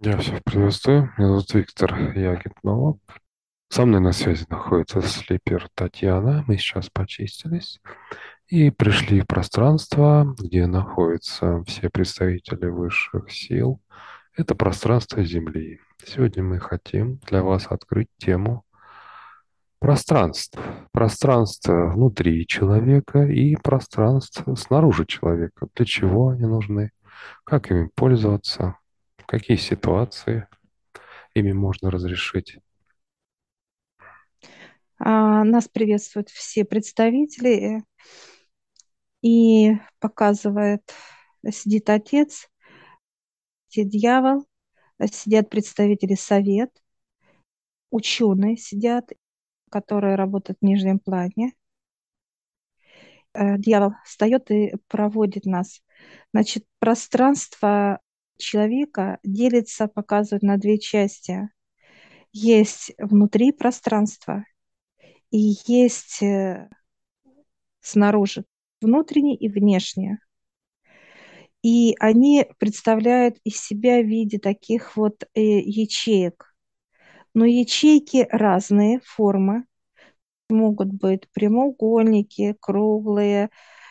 Я всех приветствую. Меня зовут Виктор, я гипнолог. Со мной на связи находится слипер Татьяна. Мы сейчас почистились и пришли в пространство, где находятся все представители высших сил. Это пространство Земли. Сегодня мы хотим для вас открыть тему пространств. Пространство внутри человека и пространство снаружи человека. Для чего они нужны, как ими пользоваться, какие ситуации ими можно разрешить. Нас приветствуют все представители и показывает, сидит отец, сидит дьявол, сидят представители совет, ученые сидят, которые работают в нижнем плане. Дьявол встает и проводит нас. Значит, пространство человека делится, показывают на две части. Есть внутри пространства и есть снаружи, внутреннее и внешнее. И они представляют из себя в виде таких вот ячеек. Но ячейки разные формы. Могут быть прямоугольники, круглые,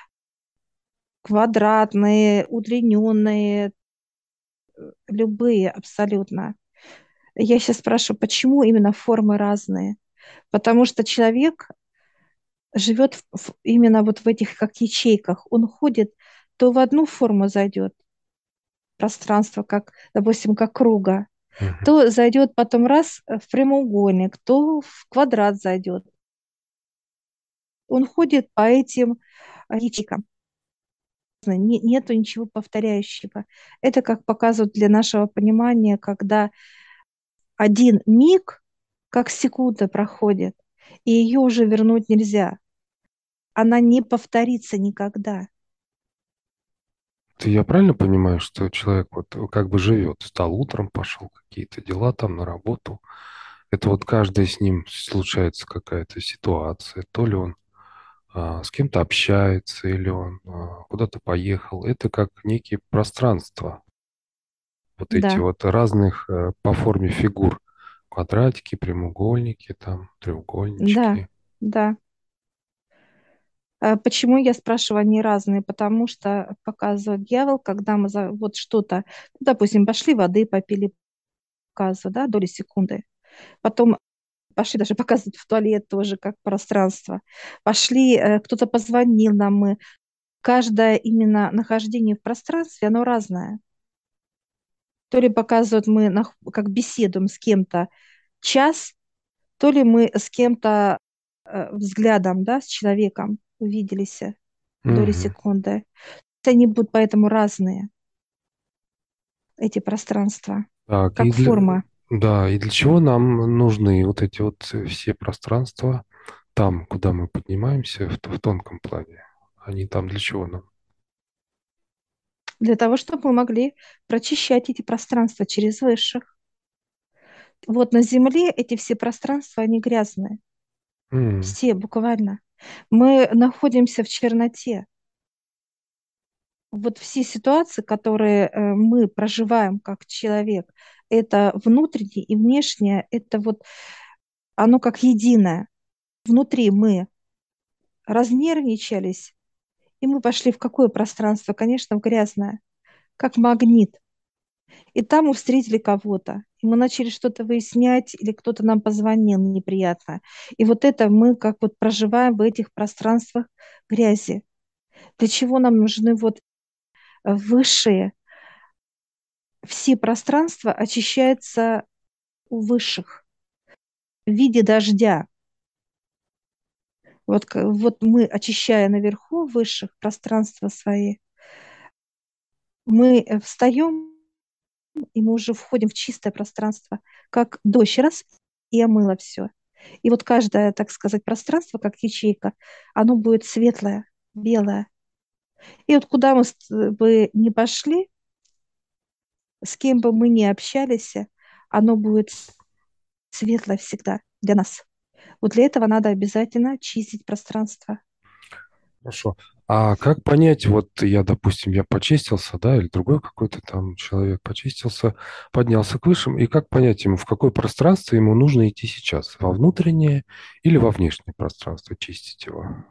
квадратные, удлиненные, любые абсолютно. Я сейчас спрашиваю, почему именно формы разные? Потому что человек живет именно вот в этих как ячейках. Он ходит, то в одну форму зайдет, пространство, как, допустим, как круга, Мгм. то зайдет потом раз в прямоугольник, то в квадрат зайдет. Он ходит по этим ячейкам. Нету ничего повторяющего. Это как показывают для нашего понимания, когда один миг, как секунда проходит, и ее уже вернуть нельзя. Она не повторится никогда. Я правильно понимаю, что человек вот как бы живет, встал утром, пошел какие-то дела там на работу. Это вот каждый с ним случается какая-то ситуация, то ли он с кем-то общается, или он куда-то поехал. Это как некие пространства, вот эти Да, вот разных по форме фигур. Квадратики, прямоугольники, там, да, треугольнички. да. Почему я спрашиваю, они разные? Потому что показывает дьявол, когда мы за вот что-то, ну, допустим, пошли воды попили, показывают, да, доли секунды. Потом пошли, даже показывают в туалет тоже как пространство. Пошли, кто-то позвонил нам, мы. Каждое именно нахождение в пространстве, оно разное. То ли показывают мы как беседуем с кем-то час, то ли мы с кем-то взглядом, да, с человеком увиделись доли Мгм. секунды. Они будут поэтому разные, эти пространства, Так, как форма. да, и для чего нам нужны вот эти вот все пространства там, куда мы поднимаемся, в тонком плане? Они там для чего нам? Для того, чтобы мы могли прочищать эти пространства через высших. Вот на Земле эти все пространства, они грязные. М, Все, буквально. Мы находимся в черноте. Вот все ситуации, которые мы проживаем как человек, это внутреннее и внешнее, это вот оно как единое. Внутри мы разнервничались, и мы пошли в какое пространство? Конечно, в грязное, как магнит. И там мы встретили кого-то. И мы начали что-то выяснять, или кто-то нам позвонил неприятно. И вот это мы как вот проживаем в этих пространствах грязи. Для чего нам нужны вот высшие? Все пространства очищаются у высших в виде дождя. Вот, вот мы, очищая наверху высших пространства свои, мы встаем, и мы уже входим в чистое пространство, как дождь раз и омыло все. И вот каждое, так сказать, пространство, как ячейка, оно будет светлое, белое. И вот куда мы бы ни пошли, с кем бы мы ни общались, оно будет светлое всегда для нас. Вот для этого надо обязательно чистить пространство. хорошо. А как понять, вот я, допустим, я почистился, да, или другой какой-то там человек почистился, поднялся к высшим, и как понять ему, в какое пространство ему нужно идти сейчас? Во внутреннее или во внешнее пространство чистить его?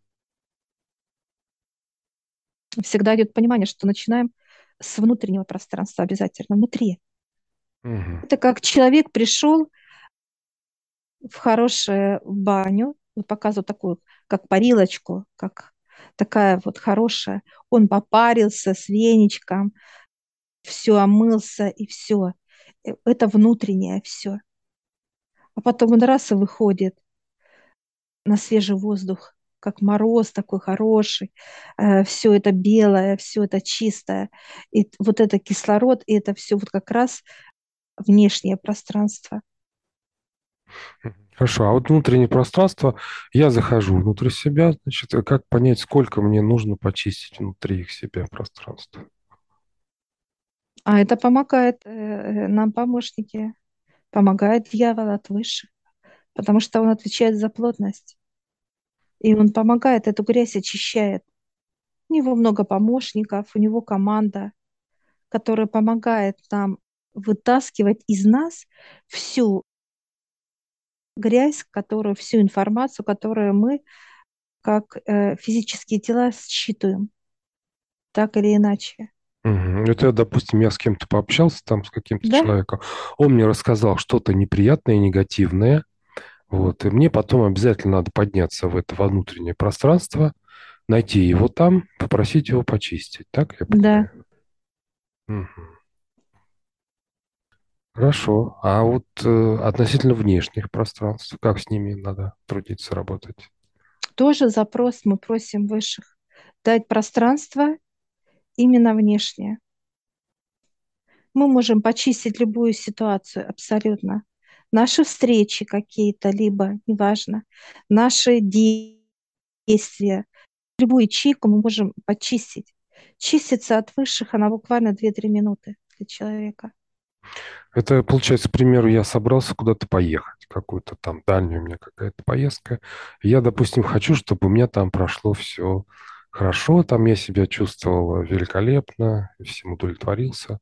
Всегда идет понимание, что начинаем с внутреннего пространства обязательно, внутри. Мгм. Это как человек пришел в хорошую баню, вот показываю такую, как парилочку, как такая вот хорошая. Он попарился с веничком, все омылся и все. Это внутреннее все. А потом он раз и выходит на свежий воздух, как мороз такой хороший, все это белое, все это чистое, и вот это кислород, и это все вот как раз внешнее пространство. Хорошо, а вот внутреннее пространство, я захожу внутрь себя, значит, как понять, сколько мне нужно почистить внутри их себя пространство? А это помогает нам помощники, помогает дьявол от высших, потому что он отвечает за плотность, и он помогает, эту грязь очищает. У него много помощников, у него команда, которая помогает нам вытаскивать из нас всю грязь, которую, всю информацию, которую мы как физические тела считываем, так или иначе. Мгм. Это, допустим, я с кем-то пообщался, там, с каким-то Да, человеком, он мне рассказал что-то неприятное, негативное, вот, и мне потом обязательно надо подняться в это во внутреннее пространство, найти его там, попросить его почистить, так я да. понимаю? Мгм. Хорошо. А вот относительно внешних пространств, как с ними надо трудиться, работать? Тоже запрос мы просим высших дать пространство именно внешнее. Мы можем почистить любую ситуацию абсолютно. Наши встречи какие-то, либо, неважно, наши действия, любую ячейку мы можем почистить. Чиститься от высших она буквально 2-3 минуты для человека. Это, получается, к примеру, я собрался куда-то поехать, какую-то там дальнюю у меня какая-то поездка. Я, допустим, хочу, чтобы у меня там прошло все хорошо, там я себя чувствовал великолепно, всем удовлетворился.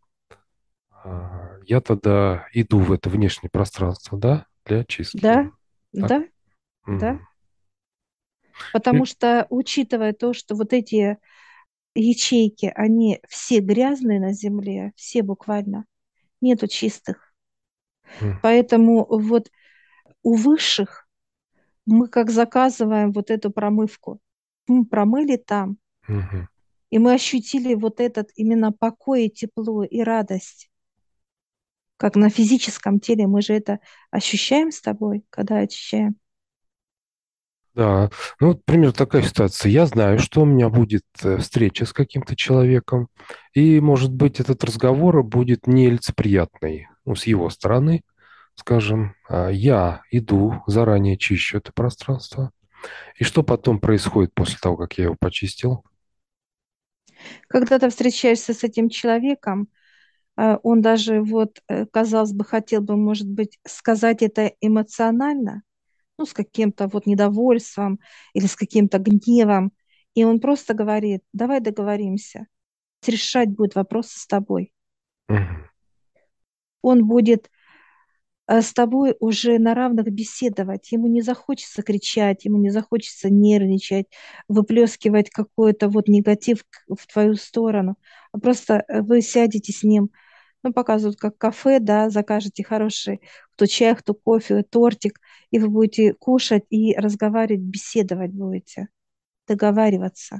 Я тогда иду в это внешнее пространство, да, для очистки. Да, Так? да, да. Мгм. Потому И- что, учитывая то, что вот эти ячейки, они все грязные на Земле, все буквально, нету чистых. м, Поэтому вот у высших мы как заказываем вот эту промывку. Мы промыли там, мгм. и мы ощутили вот этот именно покой, и тепло и радость. Как на физическом теле, мы же это ощущаем с тобой, когда очищаем. Да, ну вот примерно такая ситуация. Я знаю, что у меня будет встреча с каким-то человеком, и, может быть, этот разговор будет нелицеприятный, ну, с его стороны, скажем. Я иду, заранее чищу это пространство. И что потом происходит после того, как я его почистил? Когда ты встречаешься с этим человеком, он даже вот, казалось бы, хотел бы, может быть, сказать это эмоционально, ну, с каким-то вот недовольством или с каким-то гневом, и он просто говорит, давай договоримся, решать будет вопросы с тобой. Мгм. Он будет с тобой уже на равных беседовать. Ему не захочется кричать, ему не захочется нервничать, выплескивать какой-то вот негатив в твою сторону. А просто вы сядете с ним, ну, показывают как кафе, да, закажете хороший, кто чай, кто кофе, тортик, и вы будете кушать и разговаривать, беседовать будете, договариваться.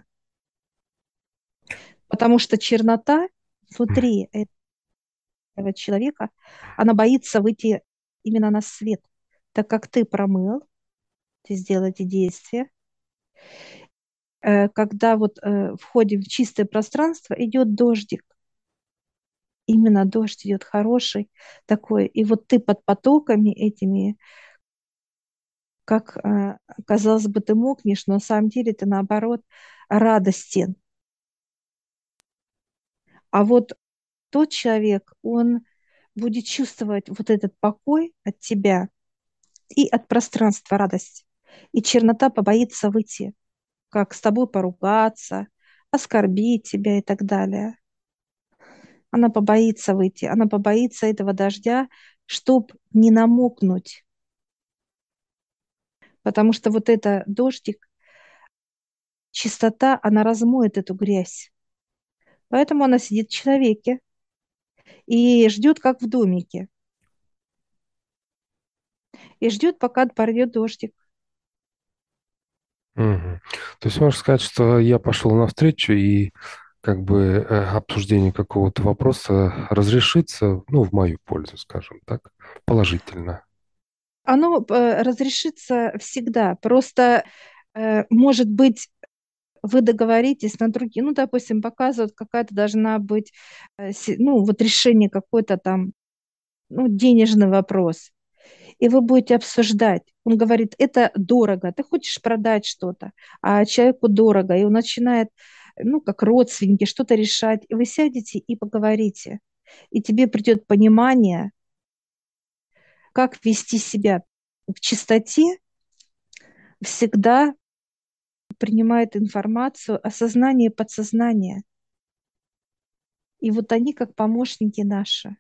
Потому что чернота внутри этого человека, она боится выйти именно на свет, так как ты промыл, ты сделал эти действия. Когда вот входим в чистое пространство, идет дождик. Именно дождь идет хороший такой. И вот ты под потоками этими, как казалось бы, ты мокнешь, но на самом деле ты наоборот радостен. А вот тот человек, он будет чувствовать вот этот покой от тебя и от пространства радость. И чернота побоится выйти. как с тобой поругаться, оскорбить тебя и так далее. Она побоится выйти, она побоится этого дождя, чтоб не намокнуть. Потому что вот это дождик, чистота, она размоет эту грязь. Поэтому она сидит в человеке и ждет, как в домике. И ждет, пока пойдет дождик. Мгм. То есть можно сказать, что я пошел навстречу и как бы обсуждение какого-то вопроса разрешится, ну, в мою пользу, скажем так, положительно. Оно разрешится всегда. Просто, может быть, вы договоритесь на другие, ну, допустим, показывают, какая-то должна быть, ну, вот решение какой-то там, ну, денежный вопрос. И вы будете обсуждать. Он говорит, это дорого, ты хочешь продать что-то, а человеку дорого, и он начинает, ну, как родственники, что-то решать. И вы сядете и поговорите. И тебе придет понимание, как вести себя в чистоте, всегда принимает информацию осознание и подсознание. И вот они как помощники наши.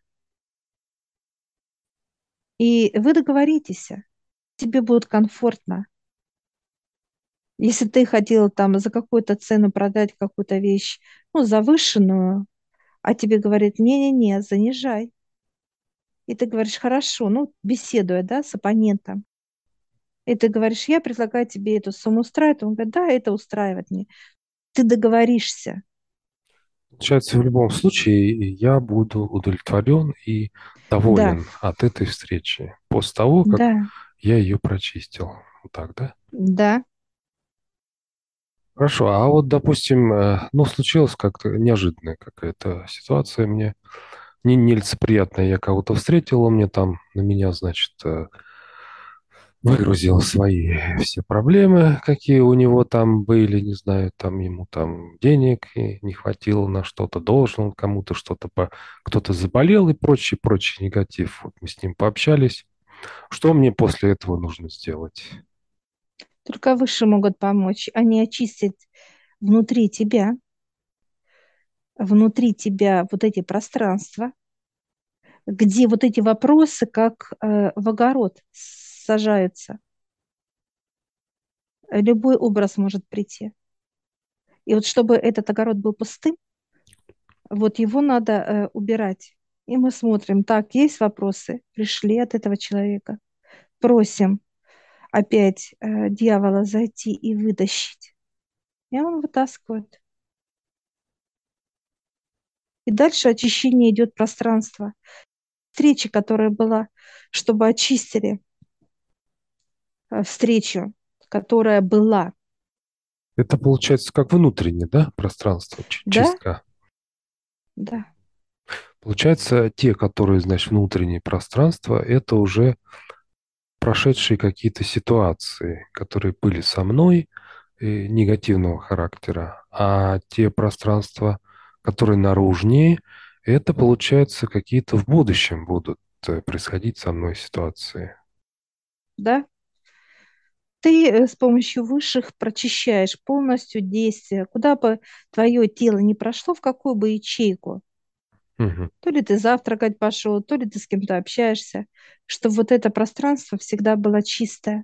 И вы договоритесь, тебе будет комфортно. Если ты хотела там за какую-то цену продать какую-то вещь, ну, завышенную, а тебе говорят, не-не-не, занижай. И ты говоришь, хорошо, ну, беседуя, да, с оппонентом. И ты говоришь, я предлагаю тебе эту сумму устраивает. Он говорит, да, это устраивает мне. Ты договоришься. Получается, в любом случае я буду удовлетворен и Да, доволен от этой встречи после того, как да, я ее прочистил. Вот так, да? да, Хорошо, а вот, допустим, ну, случилась как-то неожиданная какая-то ситуация мне, нелицеприятная. Я кого-то встретил, он мне там, на меня, значит, выгрузил свои все проблемы, какие у него там были, не знаю, там ему там денег и не хватило на что-то, должен он кому-то что-то, кто-то заболел и прочий, прочий негатив. Вот мы с ним пообщались. Что мне после этого нужно сделать? только выше могут помочь. Они очистят внутри тебя вот эти пространства, где вот эти вопросы как в огород сажаются. Любой образ может прийти. И вот чтобы этот огород был пустым, вот его надо убирать. И мы смотрим, так, есть вопросы, пришли от этого человека. Просим опять дьявола зайти и вытащить. И он вытаскивает. И дальше очищение идет пространства. Встреча, которая была, чтобы очистили встречу, которая была. Это получается как внутреннее, да, пространство, Да, чистка. да, Получается, те, которые, значит, внутреннее пространство, это уже прошедшие какие-то ситуации, которые были со мной, негативного характера, а те пространства, которые наружнее, это, получается, какие-то в будущем будут происходить со мной ситуации. да. Ты с помощью высших прочищаешь полностью действие, куда бы твое тело не прошло, в какую бы ячейку. Мгм. То ли ты завтракать пошел, то ли ты с кем-то общаешься, чтобы вот это пространство всегда было чистое.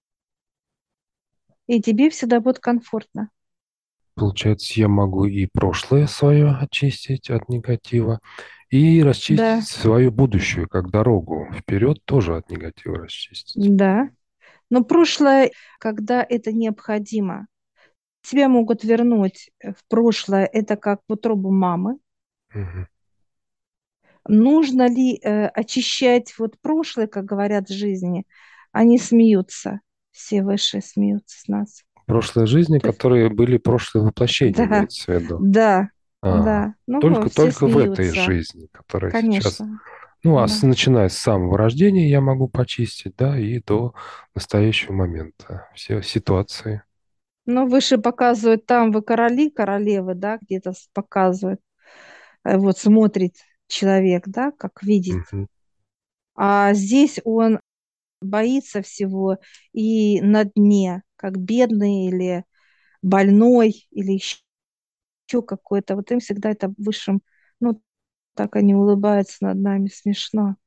И тебе всегда будет комфортно. Получается, я могу и прошлое свое очистить от негатива, и расчистить Да, свою будущую, как дорогу вперед, тоже от негатива расчистить. да. Но прошлое, когда это необходимо, тебя могут вернуть в прошлое, это как в утробу мамы. Мгм. Нужно ли очищать вот прошлое, как говорят в жизни? Они смеются, все высшие смеются с нас. Прошлой жизни, То есть, которые были прошлые воплощения, да, имеется в виду. да, А, да. Ну, все только в этой смеются, жизни, которая сейчас. конечно. Ну, а Да. начиная с самого рождения я могу почистить, да, и до настоящего момента. Все ситуации. Ну, выше показывают, там вы короли, королевы, да, где-то показывают. Вот смотрит человек, да, как видит. Мгм. А здесь он боится всего и на дне, как бедный или больной или еще какой-то. Вот им всегда это высшим, ну, так они улыбаются над нами, смешно.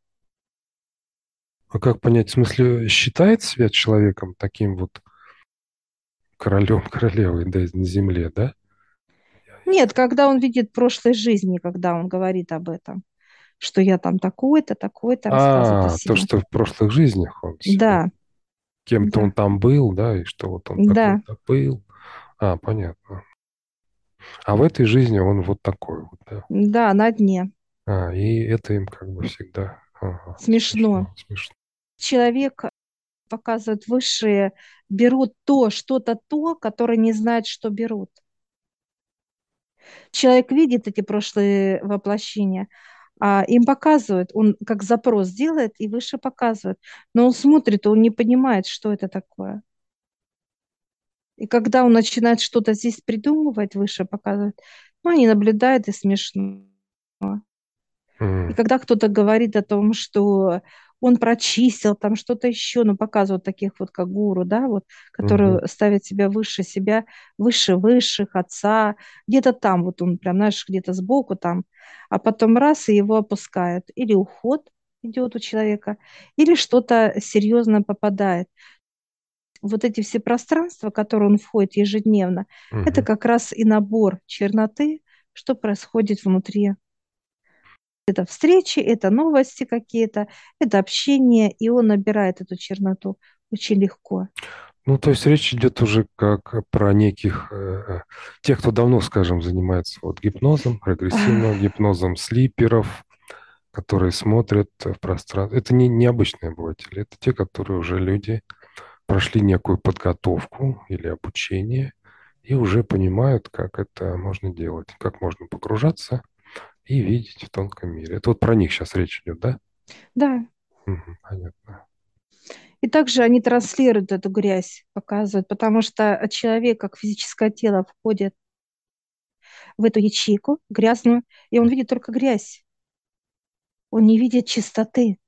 А как понять, в смысле, считает себя человеком таким вот королем, королевой, да, на земле, да? Нет, когда он видит прошлой жизни, когда он говорит об этом, что я там такой-то, рассказывает о То, себе. что в прошлых жизнях он себя, Да, кем-то он да, там был, да, и что вот он да, такой-то был. Понятно. А в этой жизни он вот такой вот, да. да, на дне. И это им как бы всегда ага, Смешно. смешно, смешно. Человек, показывают высшие, берут то, что-то то, которое не знает, что берут. Человек видит эти прошлые воплощения, им показывают, он как запрос делает и выше показывает. Но он смотрит, он не понимает, что это такое. И когда он начинает что-то здесь придумывать, выше показывает, ну, они наблюдают и смешно. И М, когда кто-то говорит о том, что он прочистил там что-то еще, ну, показывают таких вот, как гуру, да, вот, мгм, которые ставят себя, выше высших, отца, где-то там, вот он прям, знаешь, где-то сбоку там, а потом раз, и его опускают. Или уход идет у человека, или что-то серьезно попадает. Вот эти все пространства, в которые он входит ежедневно, это мгм. как раз и набор черноты, что происходит внутри. Это встречи, это новости какие-то, это общение, и он набирает эту черноту очень легко. Ну, то есть речь идет уже как про неких, тех, кто давно, скажем, занимается вот гипнозом, регрессивным Ах, гипнозом, слиперов, которые смотрят в пространство. Это не необычные обыватели, это те, которые уже люди прошли некую подготовку или обучение и уже понимают, как это можно делать, как можно погружаться и видеть в тонком мире. Это вот про них сейчас речь идет, да? да. Мгм, понятно. И также они транслируют эту грязь, показывают, потому что человек, как физическое тело, входит в эту ячейку грязную, и он видит только грязь. Он не видит чистоты.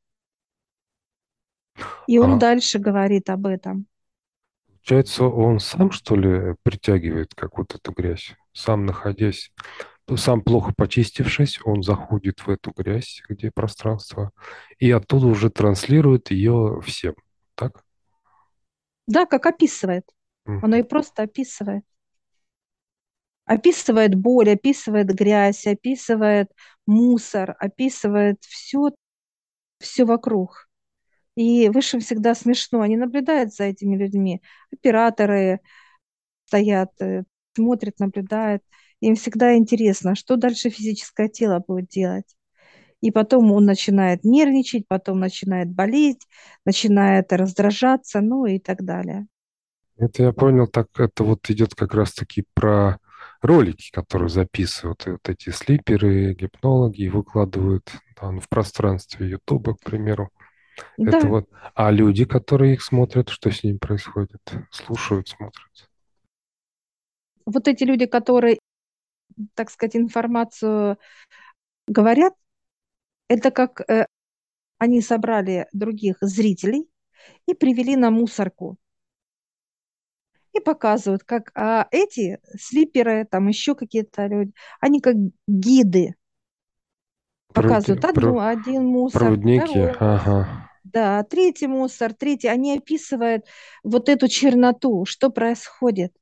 И он А дальше говорит об этом. получается, он сам, что ли, притягивает как вот эту грязь? Сам находясь, сам плохо почистившись, он заходит в эту грязь, где пространство, и оттуда уже транслирует ее всем. Так? Да, как описывает. Оно Мгм. и просто описывает. Описывает боль, описывает грязь, описывает мусор, описывает все вокруг. И высшим всегда смешно. Они наблюдают за этими людьми. Операторы стоят, смотрят, наблюдают. Им всегда интересно, что дальше физическое тело будет делать. И потом он начинает нервничать, потом начинает болеть, начинает раздражаться, ну и так далее. Это я понял, так это вот идет как раз-таки про ролики, которые записывают и вот эти слиперы, гипнологи и выкладывают там в пространстве Ютуба, к примеру. Это Да, вот, а люди, которые их смотрят, что с ними происходит? Слушают, смотрят. вот эти люди, которые, так сказать, информацию говорят, это как они собрали других зрителей и привели на мусорку. И показывают, как эти слиперы, там еще какие-то люди, они как гиды показывают один мусор, Проводники, второй мусор, ага. да, третий мусор, третий. Они описывают вот эту черноту, что происходит.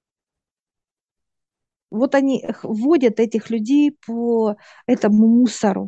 Вот они вводят этих людей по этому мусору,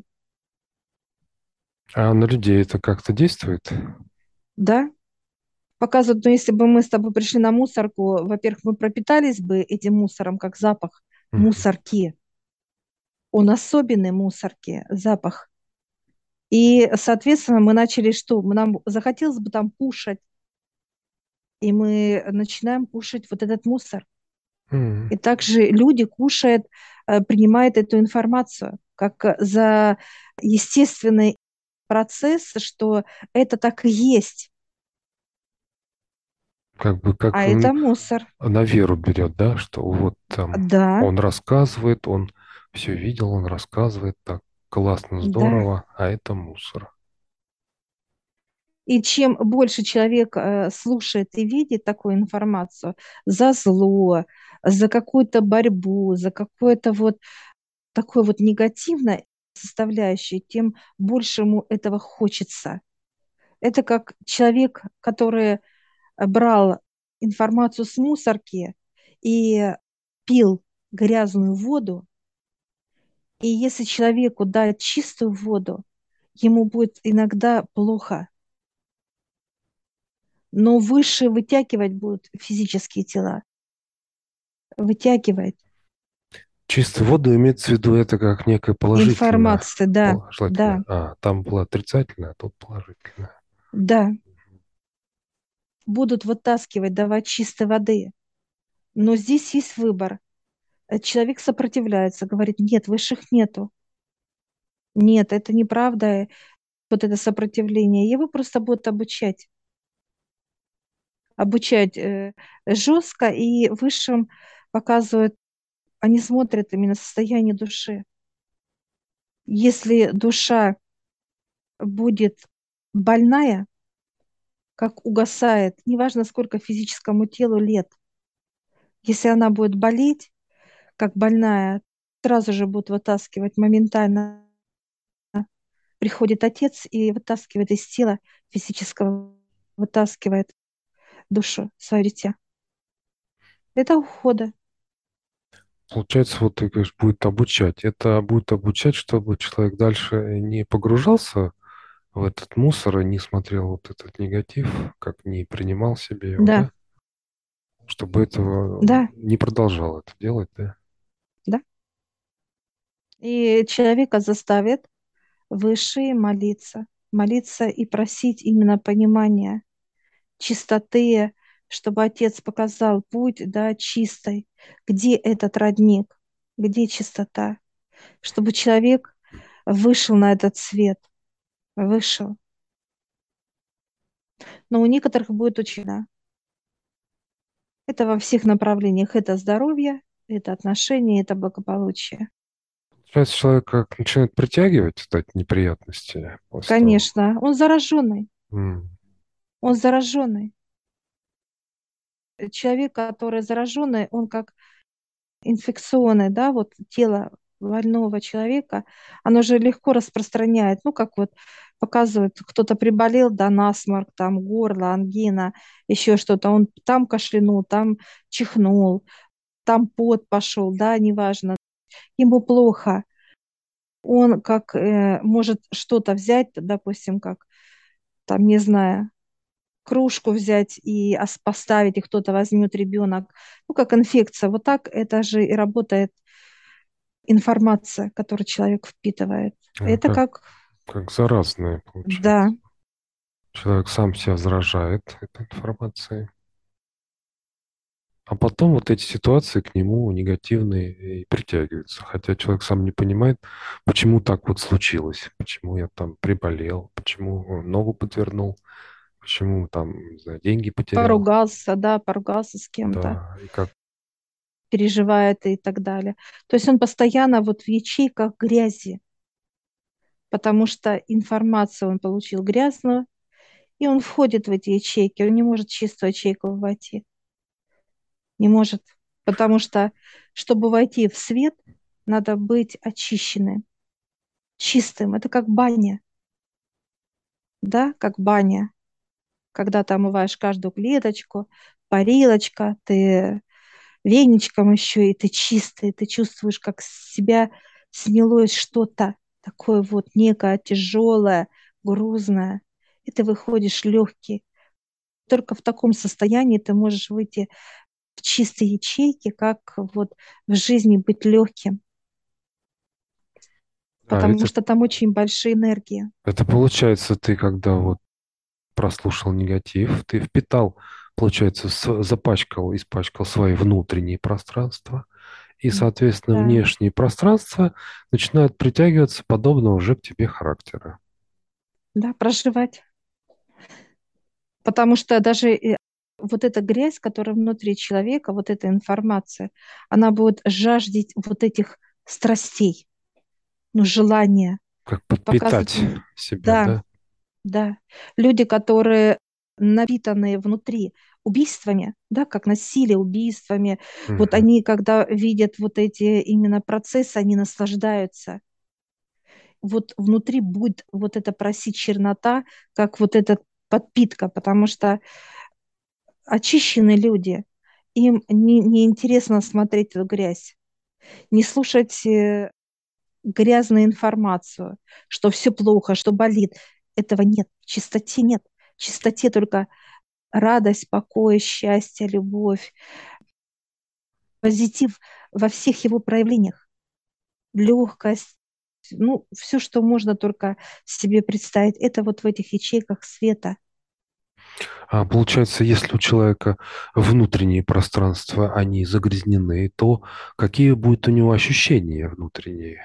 А на людей это как-то действует? да, показывают, но если бы мы с тобой пришли на мусорку, во-первых, мы пропитались бы этим мусором, как запах Мгм. мусорки. Он особенный мусорки, запах. И, соответственно, мы начали что? Нам захотелось бы там кушать, и мы начинаем кушать вот этот мусор. М. И также люди кушают, принимают эту информацию как за естественный процесс, что это так и есть, Как бы а как это мусор. на веру берет, да, что вот там Да, он рассказывает, он все видел, он рассказывает так классно, да. здорово, а это мусор. И чем больше человек слушает и видит такую информацию за зло, за какую-то борьбу, за какое-то вот такое вот негативное составляющее, тем больше ему этого хочется. Это как человек, который брал информацию с мусорки и пил грязную воду, и если человеку дать чистую воду, ему будет иногда плохо, но выше вытягивать будут физические тела, вытягивать Чистую воду имеется в виду это как некое положительное. информацию, да, да, Положительное. А, там было отрицательное, а тут положительное. да, будут вытаскивать, давать чистой воды. Но здесь есть выбор. Человек сопротивляется, говорит, нет, высших нету. Нет, это неправда, вот это сопротивление. Его просто будут обучать жестко, и высшим показывают, они смотрят именно состояние души. Если душа будет больная, как угасает, неважно, сколько физическому телу лет, если она будет болеть, как больная, сразу же будут вытаскивать моментально. Приходит отец и вытаскивает из тела физического, вытаскивает душу, свое дитя. Это ухода. Получается, вот ты говоришь, будет обучать. Это будет обучать, чтобы человек дальше не погружался в этот мусор и не смотрел вот этот негатив, как не принимал себе его, Да, да? Чтобы этого да, не продолжал это делать, да? да. И человека заставит выше молиться, молиться и просить именно понимания, чистоты, чтобы Отец показал путь, да, чистой, где этот родник, где чистота, чтобы человек вышел на этот свет, вышел. Но у некоторых будет очень, да. Это во всех направлениях. Это здоровье, это отношения, это благополучие. Сейчас человек как начинает притягивать вот эти неприятности после того. Конечно, он зараженный. М. Он зараженный. Человек, который зараженный, он как инфекционное, да, вот тело больного человека, оно же легко распространяет, ну, как вот показывают, кто-то приболел, да, насморк, там, горло, ангина, еще что-то, он там кашлянул, там чихнул, там пот пошел, да, неважно, ему плохо, он как может что-то взять, допустим, как, там, не знаю, кружку взять и поставить, и кто-то возьмет ребенок, ну, как инфекция, вот так это же и работает информация, которую человек впитывает. А Это как, как заразное да, получается. Человек сам себя заражает этой информацией. А потом вот эти ситуации к нему негативные и притягиваются. Хотя человек сам не понимает, почему так вот случилось, почему я там приболел, почему ногу подвернул, почему там, не знаю, деньги потерял. поругался, да, поругался с кем-то, Да, и как переживает и так далее. То есть он постоянно вот в ячейках грязи, потому что информацию он получил грязную, и он входит в эти ячейки, он не может в чистую ячейку войти, не может, потому что, чтобы войти в свет, надо быть очищенным, чистым. Это как баня, да, как баня, когда ты омываешь каждую клеточку, парилочка, ты веничком еще, и ты чистый, ты чувствуешь, как с себя снялось что-то такое вот некое тяжелое, грузное, и ты выходишь легкий. Только в таком состоянии ты можешь выйти в чистой ячейке, как вот в жизни быть легким, а, потому что там очень большие энергии. это получается, ты когда вот прослушал негатив, ты впитал, получается, запачкал, испачкал свои внутренние пространства, и, соответственно, Да, внешние пространства начинают притягиваться подобно уже к тебе характера. да, проживать. Потому что даже вот эта грязь, которая внутри человека, вот эта информация, она будет жаждать вот этих страстей, ну, желания Как показывать, подпитать себя, да, да? да. Люди, которые напитанные внутри убийствами, да, как насилие, убийствами, вот Мгм. они, когда видят вот эти именно процессы, они наслаждаются. Вот внутри будет вот эта просить чернота, как вот эта подпитка, потому что очищенные люди, им не интересно смотреть эту грязь, не слушать грязную информацию, что все плохо, что болит. Этого нет, в чистоте нет. В чистоте только радость, покой, счастье, любовь, позитив во всех его проявлениях, легкость, ну, все, что можно только себе представить, это вот в этих ячейках света. А получается, если у человека внутренние пространства, они загрязнены, то какие будут у него ощущения внутренние?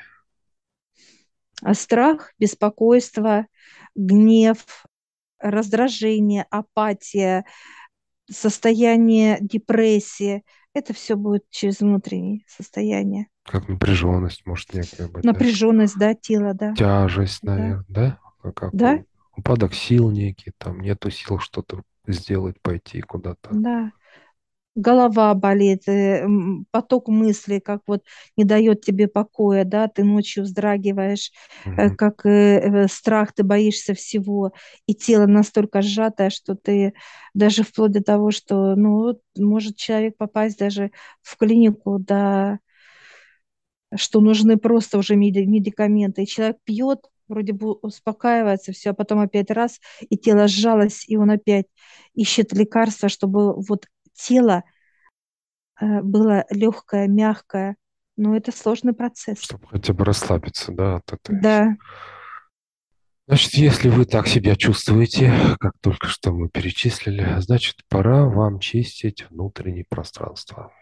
А страх, беспокойство, гнев, раздражение, апатия, состояние депрессии, это все будет через внутреннее состояние. Как напряженность может некая быть, да? Напряженность, да, тела, да, Тяжесть, да, наверное, да? А как да, упадок сил некий, там нету сил что-то сделать, пойти куда-то. да. Голова болит, поток мыслей, как вот не дает тебе покоя, да, ты ночью вздрагиваешь, Мгм. как страх, ты боишься всего, и тело настолько сжатое, что ты даже вплоть до того, что, ну, вот может человек попасть даже в клинику, да, что нужны просто уже медикаменты, и человек пьет, вроде бы успокаивается, все, а потом опять раз, и тело сжалось, и он опять ищет лекарства, чтобы вот тело было легкое, мягкое, но это сложный процесс. Чтобы хотя бы расслабиться, да, от этой. Да, Значит, если вы так себя чувствуете, как только что мы перечислили, значит, пора вам чистить внутреннее пространство.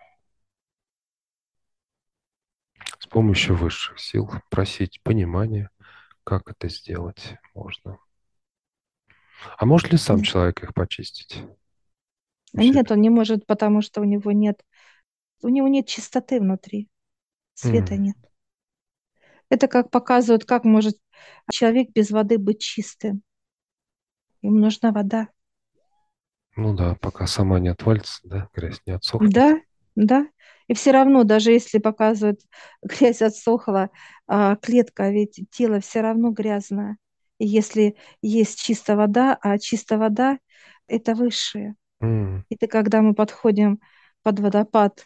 С помощью высших сил просить понимания, как это сделать можно. А может ли сам человек их почистить у нет, себя? он не может, потому что у него нет чистоты внутри, света М, нет. Это как показывает, как может человек без воды быть чистым. Ему нужна вода. Ну да, пока сама не отвалится, да, грязь не отсохнет. Да, да. И все равно, даже если показывают, грязь отсохла, клетка, ведь тело все равно грязное. И если есть чистая вода, а чистая вода– это высшее. М, И ты, когда мы подходим под водопад,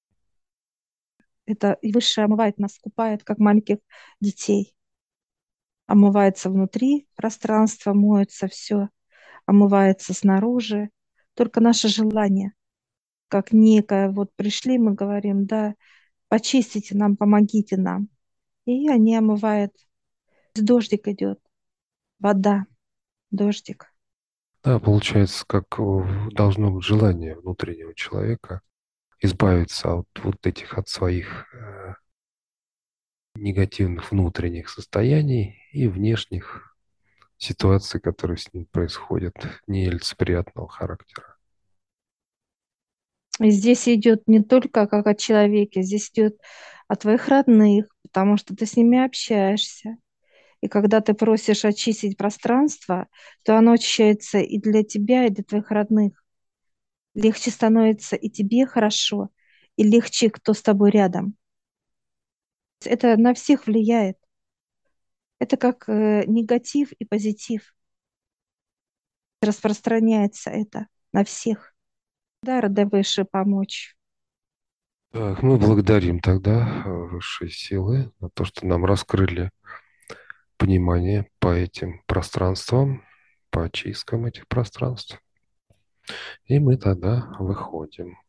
это и высшее омывает нас, купает, как маленьких детей. Омывается внутри, пространство моется, все, омывается снаружи. Только наше желание, как некое, вот пришли, мы говорим, да, почистите нам, помогите нам. И они омывают. Дождик идет, вода, дождик. Да, получается, как должно быть желание внутреннего человека избавиться от вот этих, от своих негативных внутренних состояний и внешних ситуаций, которые с ним происходят, нелицеприятного характера. И здесь идет не только как о человеке, здесь идет о твоих родных, потому что ты с ними общаешься. И когда ты просишь очистить пространство, то оно очищается и для тебя, и для твоих родных. Легче становится и тебе хорошо, и легче, кто с тобой рядом. Это на всех влияет. Это как негатив и позитив. Распространяется это на всех. Да, рада выше помочь. Так, мы благодарим тогда высшие силы за то, что нам раскрыли понимание по этим пространствам, по очисткам этих пространств. И мы тогда выходим.